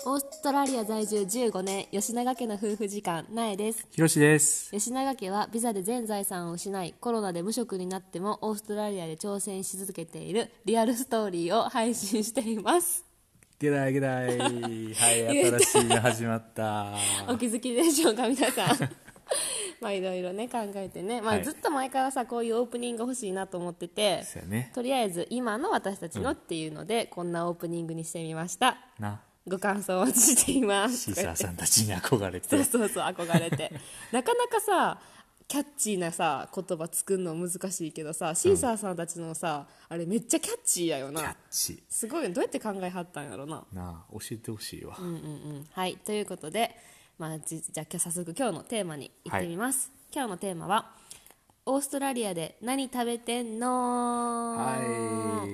オーストラリア在住15年、吉永家の夫婦時間、苗です。 ひろしです。 吉永家はビザで全財産を失い、コロナで無職になってもオーストラリアで挑戦し続けているリアルストーリーを配信しています。 ゲダイゲダイ。はい、新しいの始まった。 お気づきでしょうか、皆さん。まあいろいろね考えてね、まあ、ずっと前からさこういうオープニング欲しいなと思ってて、 そうやね、 とりあえず今の私たちのっていうので、こんなオープニングにしてみましたな。 ご感想をお待ちしています。 シーサーさんたちに憧れてそう憧れてなかなかさキャッチーなさ言葉作るの難しいけどさ、シーサーさんたちのさ、あれめっちゃキャッチーやよな。 キャッチーすごい。どうやって考えはったんやろな。 なあ、教えてほしいわ。 はいということで、まあ、じゃあ早速今日のテーマに行ってみます、今日のテーマはオーストラリアで何食べてんの。 はい、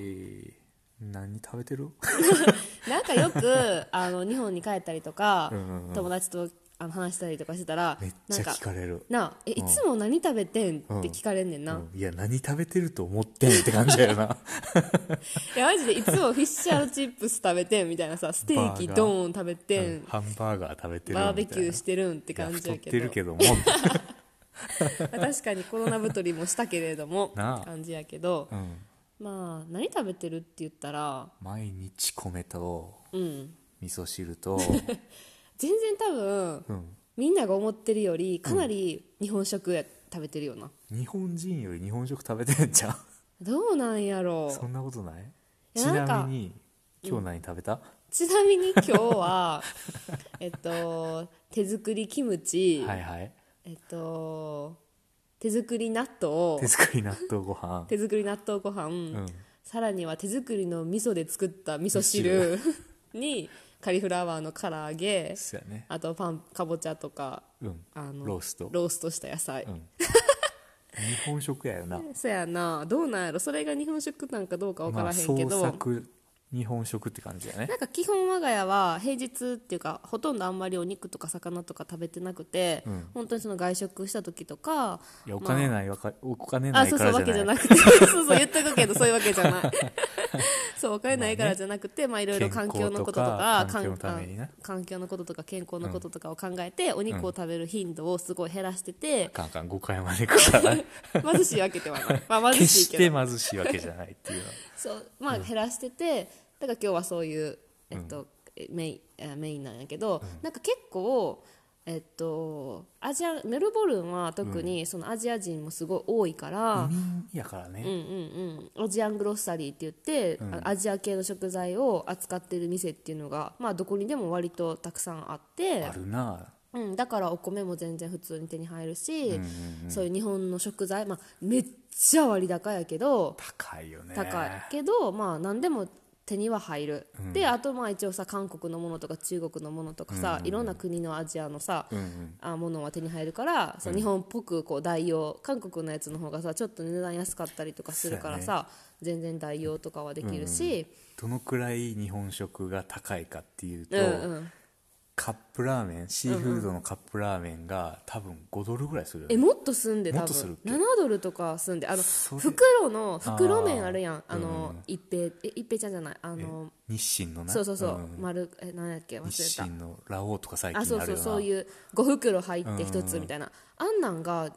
何食べてるなんかよく日本に帰ったりとか、友達と話したりとかしてたらめっちゃ聞かれるな。いつも何食べてんって聞かれんねんな、 いや何食べてると思ってんって感じだよな。 いやマジでいつもフィッシャーチップス食べてんみたいなさ、ステーキドーン食べてん、 ハンバーガー食べてるみたいな、 バーベキューしてるんって感じやけど、 太ってるけども確かにコロナ太りもしたけれどもなあ感じやけど、まあ何食べてるって言ったら毎日米と味噌汁と、 全然多分、みんなが思ってるよりかなり日本食食べてるよな。 日本人より日本食食べてんじゃん。 どうなんやろう。 そんなことない？ いちやなんかなみに今日何食べた？ ちなみに今日は手作りキムチ、 はいはい、 手作り納豆、 手作り納豆ご飯手作り納豆ご飯、さらには手作りの味噌で作った味噌汁にカリフラワーの唐揚げ、 そうやね、 あとパンかぼちゃとか、 ローストした野菜、 日本食やよな。 そやな。どうなんやろ、それが日本食なんかどうか分からへんけど、 創作日本食って感じやね。 なんか基本我が家は平日っていうかほとんどあんまりお肉とか魚とか食べてなくて、本当にその外食した時とか、 いやお金ないからじゃない。 そうわけじゃなくてそう言っとくけどそういうわけじゃないそうお金ないからじゃなくて、いろいろ環境のこととか環境のためにね、 環境のこととか健康のこととかを考えて、お肉を食べる頻度をすごい減らしてて、 あかん誤解までいくから貧しいわけではない、貧決しいけどして貧しいわけじゃないっていうのそう減らしてて、だから今日はそういう、メインなんやけど、なんか結構、メルボルンは特にそのアジア人もすごい多いから、 移民やからね、 アジアングロッサリーって言って、アジア系の食材を扱ってる店っていうのが、どこにでも割とたくさんあって、 あるな。 だからお米も全然普通に手に入るし、そういう日本の食材、めっちゃ割高やけど、 高いよね。 高いけど、何でも手には入る、であと一応さ韓国のものとか中国のものとかさ、いろんな国のアジアのさ、ものは手に入るから、そう日本っぽくこう代用、韓国のやつの方がさちょっと値段安かったりとかするからさ、全然代用とかはできるし、 どのくらい日本食が高いかっていうと、カップラーメン、シーフードのカップラーメンが多分$5ぐらいするよね。 もっとすんで、多もっとするっ分け $7とかすんで、袋麺あるやん、一平ちゃんじゃない、 日清のな、 そう、何やっけ忘れた、 日清のラオウとか最近あるよな。 そういう5袋入って1つみたいな、あんなんが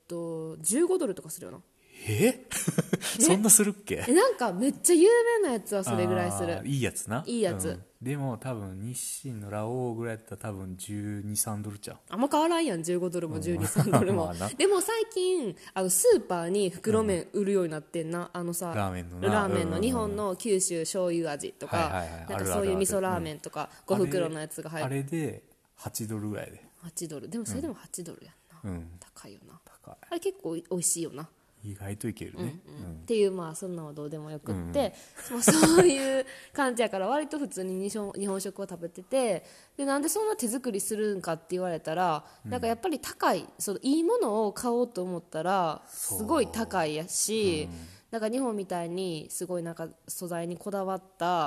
$15とかするよな。 そんなするっけ？ なんかめっちゃ有名なやつはそれぐらいする。 いいやつな、 いいやつ、 でも多分日清のラオウぐらいだったら多分12、$3ちゃう。 あんま変わらんやん、$15も12、$3もでも最近スーパーに袋麺売るようになってんな、 ラーメンの日本の九州醤油味とか、なんかそういう味噌ラーメンとか5袋のやつが入る。 あれで$8ぐらいで。 $8でもそれでも$8やんな、高いよな。 高い。 あれ結構美味しいよな。 意外といけるね、 っていう、そんなのはどうでもよくって、そういう感じやから割と普通に日本食を食べてて、でなんでそんな手作りするんかって言われたら、なんかやっぱり高い、そのいいものを買おうと思ったらすごい高いやし、なんか日本みたいにすごいなんか素材にこだわった、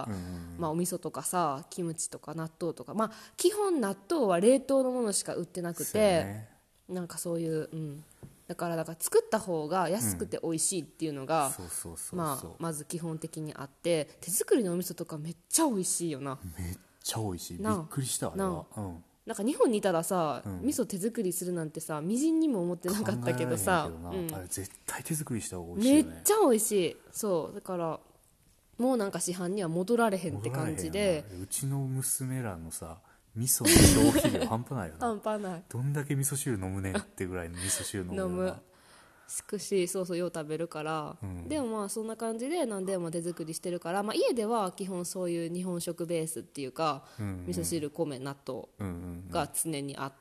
お味噌とかさキムチとか納豆とか、基本納豆は冷凍のものしか売ってなくて、なんかそういう、だから作った方が安くて美味しいっていうのが、まず基本的にあって、手作りのお味噌とかめっちゃ美味しいよな。 めっちゃ美味しい。びっなあくりしたあれなは。 なんか日本にいたらさ、 うん味噌手作りするなんてさみじんにも思ってなかったけどさ考えられへんけどな、あれ絶対手作りした方が美味しいめっよね。 ちゃ美味しい。そうだからもうなんか市販には戻られへんって感じで、 戻られへんよな。うちの娘らのさ味噌の消費量半端ないよな。 半端ない。 どんだけ味噌汁飲むねんってぐらいの味噌汁飲むよな。 飲むしくし、そうそうよう食べるから、でもまあそんな感じで何でも手作りしてるから、まあ、家では基本そういう日本食ベースっていうか、味噌汁米納豆が常にあって、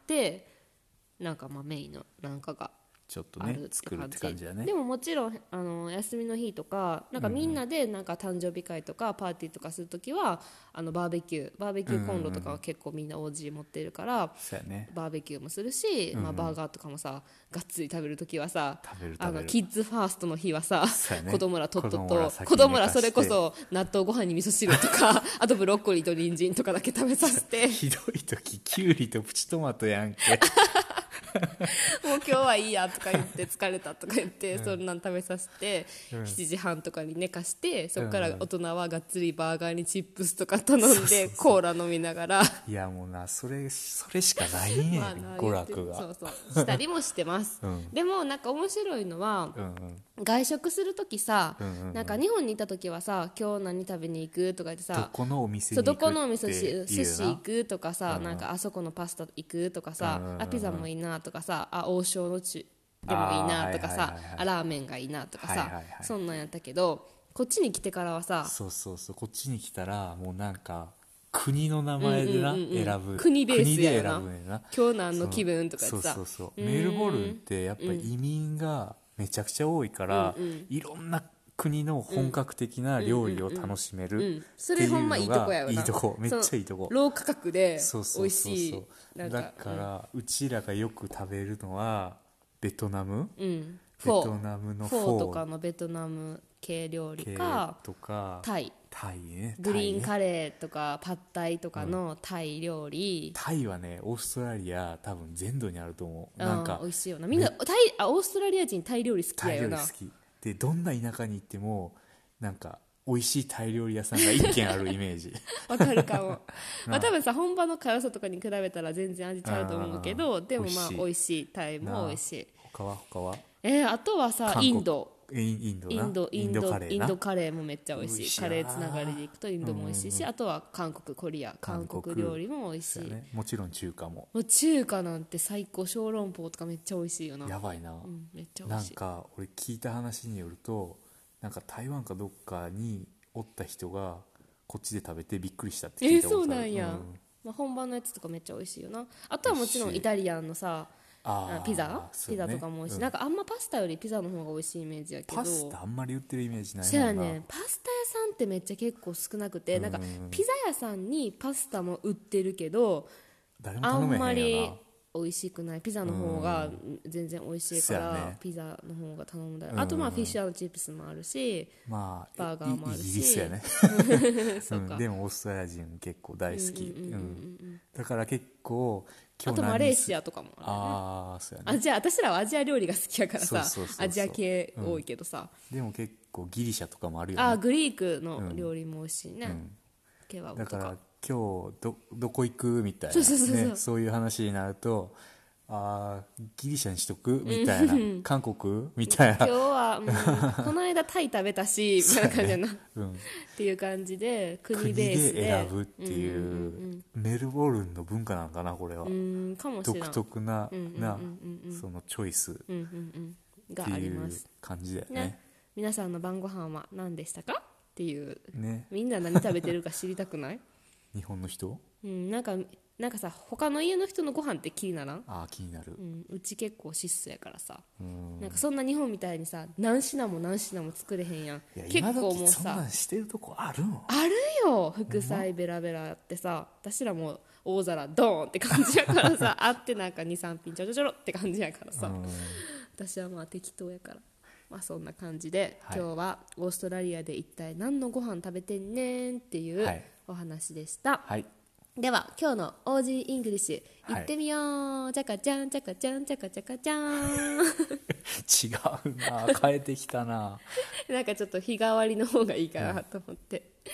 なんかまあメインのなんかがちょっとねあるって作るって感じだね。 でももちろん休みの日とかなんかみんなでなんか誕生日会とかパーティーとかするときはバーベキューコンロとかは結構みんな OG 持ってるから、 そうやね。 バーベキューもするし、まあ、バーガーとかもさがっつり食べるときはさ、 食べるキッズファーストの日はさ、 そうやね子供らとっと子供らと先に子供らそれこ寝かそ納豆ご飯に味噌汁とかあとブロッコリーと人参とかだけ食べさせてひどい時キュウリとプチトマトやんけ。 もう今日はいいやとか言って疲れたとか言ってそんなん食べさせて7時半とかに寝かしてそこから大人はがっつりバーガーにチップスとか頼んでコーラ飲みながらいやもうなそれしかないねん、 まあな娯楽が。 そうそうしたりもしてます、でもなんか面白いのは、外食するときさ、なんか日本にいたときはさ今日何食べに行くとか言ってさどこのお店にそう行くってどこのお店寿司行くとかさ、 うんなんかあそこのパスタ行くとかさ、 うんあピザもいいなとかさあ王将のでもいいなとかさ、 はいはいはいはいあラーメンがいいなとかさ、 はいはいはいそんなんやったけどこっちに来てからはさそうそうそうこっちに来たらもうなんか国の名前でな、選ぶ国ベースやよな国で選ぶねんな。 今日何の気分とか言ってさそうそうそうメルボルンってやっぱ移民がめちゃくちゃ多いから、いろんな国の本格的な料理を楽しめるっていうのがそれほんまいいとこやよないいとこめっちゃいいとこ。 ロー価格でそうそう美そう味しいなんだから、うちらがよく食べるのはベトナム、ベトナムのフォーとかのベトナム系料理かとかタイねグリーンタイねカレーとかパッタイとかのタイ料理、 タイはねオーストラリア多分全土にあると思う。なんか美味しいよなみんなオーストラリア人タイ料理好きタやよなイ料理好きでどんな田舎に行ってもなんか美味しいタイ料理屋さんが一軒あるイメージわかるかもまあ多分さ本場の辛さとかに比べたら全然味ちゃうと思うけどでもまあ美味しい美味しいタイも美味しい他はあとはさ韓国インドインドカレーなカレーもめっちゃ美味しい美味しいカレーつながりでいくとインドも美味しいし、あとは韓国コリア韓国料理も美味しい、 そうやね、もちろん中華ももう中華なんて最高小籠包とかめっちゃ美味しいよなやばいな、 めっちゃ美なん味しいか俺聞いた話によるとなんか台湾かどっかにおった人がこっちで食べてびっくりしたって聞いたことある。 そうなんや、まあ、本場のやつとかめっちゃ美味しいよな。あとはもちろんイタリアンのさピザ、 そうねピザとかも美味しい、なんかあんまパスタよりピザの方が美味しいイメージやけどパスタあんまり売ってるイメージないそうもんな。 やねパスタ屋さんってめっちゃ結構少なくて、なんかピザ屋さんにパスタも売ってるけどあ誰も頼めへんよな。 んまり美味しくない。ピザの方が全然美味しいから、 そうやねピザの方が頼んだり、あとまあフィッシュ&チップスもあるし、 まあバーガーもあるしイギリスやねそうか、 でもオーストラリア人結構大好き、だから結構今日あとマレーシアとかもある、 ああそうやね。 私らはアジア料理が好きやからさ、 そうそうそうそうアジア系多いけどさ、 でも結構ギリシャとかもあるよね。 グリークの料理も美味しいね、ケバブとかだから今日どこ行くみたいな、 そうそうそうそうね、そういう話になるとギリシャにしとくみたいな、韓国みたいな今日は、この間タイ食べたしみたいな感じやな、 うんっていう感じで国国ベースでで選ぶっていう、メルボルンの文化なんかなこれは、 かもしれん独特な、そのチョイスがっていうあります感じだよねね。皆さんの晩ご飯は何でしたかっていう、 ねみんな何食べてるか知りたくない日本の人なんかさ他の家の人のご飯って気にならん？ 気になる、 うち結構質素やからさ、なんかそんな日本みたいにさ何品も作れへんやん。 いや結構もう今時そんなさんしてるとこあるの？ あるよ副菜ベラベラやってさ、私らも大皿ドーンって感じやからさあってなんか 2,3 品ちょろちょろって感じやからさ、私はまあ適当やから、まあそんな感じで、 はい今日はオーストラリアで一体何のご飯食べてんねんっていうはいお話でした、 はいでは今日の OG イングリッシュ行ってみよう、じゃかちゃんじゃかちゃんじゃかちゃかちゃん違うな変えてきたななんかちょっと日替わりの方がいいかなと思って、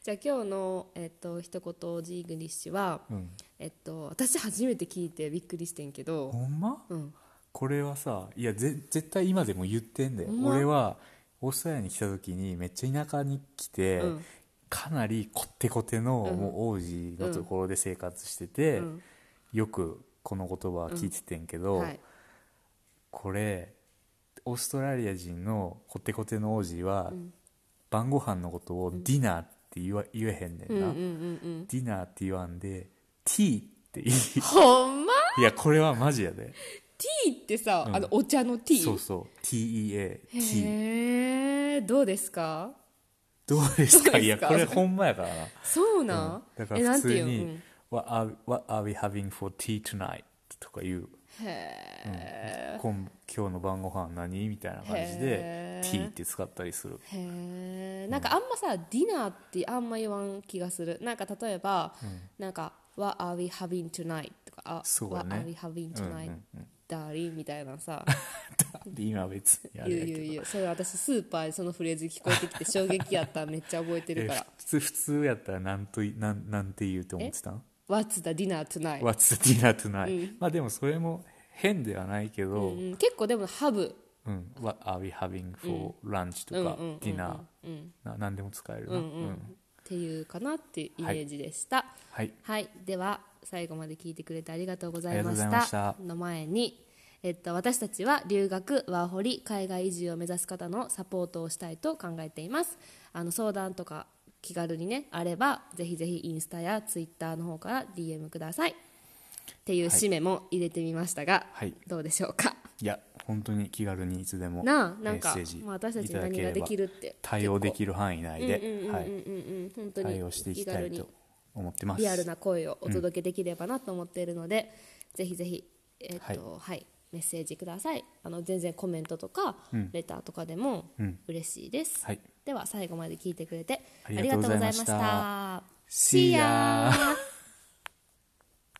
じゃあ今日の、一言ジーグリッシュは、私初めて聞いてびっくりしてんけど、 ほんま、 うん、 これはさ、いや絶対今でも言ってんだよ。俺はオーストラリアに来た時にめっちゃ田舎に来て、かなりこってこての、もう王子のところで生活してて、よくこの言葉は聞いててんけど、はい、これオーストラリア人のこってこての王子は、晩ご飯のことをディナーって言えへんねんな、ディナーって言わんでティーって言いほんま？ いやこれはマジやで。 ティーってさ、お茶のティー？ そうそう TEA へえ、どうですか？ どうですか？いやこれほんまやからな。 そうなん、 だから普通にWhat are we having for tea tonight? とか言う。へえ、今日の晩ご飯何みたいな感じでティーって使ったりする。 へえ、なんかあんまさ、ディナーってあんま言わん気がする。なんか例えば、なんか What are we having tonight? とか、 そうだね、 What are we having tonight?、ダーリンみたいなさ今別にあれやけど、 言うそれ私スーパーでそのフレーズ聞こえてきて衝撃やっためっちゃ覚えてるから普通やったらなんて言うと思ってたん？ What's the dinner tonight? What's the dinner tonight?、まあでもそれも変ではないけど、 結構でもハブ、 What are we having for lunch? とか、ディナー、何でも使えるな、 っていうかなっていうイメージでした。 はい、 はい、では最後まで聞いてくれてありがとうございました。の前に、私たちは留学、ワーホリ、海外移住を目指す方のサポートをしたいと考えています。相談とか気軽にねあればぜひぜひインスタやツイッターの方から DM くださいっていう締めも入れてみましたが、どうでしょうか？ いや本当に気軽にいつでもメなんッかセージい私たちただければ何ができるって対応できる範囲内で本当に対応していきたいと思ってます。 リアルな声をお届けできればなと思っているので、ぜひぜひ、メッセージください。全然コメントとか、レターとかでも嬉しいです、では最後まで聞いてくれてありがとうございました。 See ya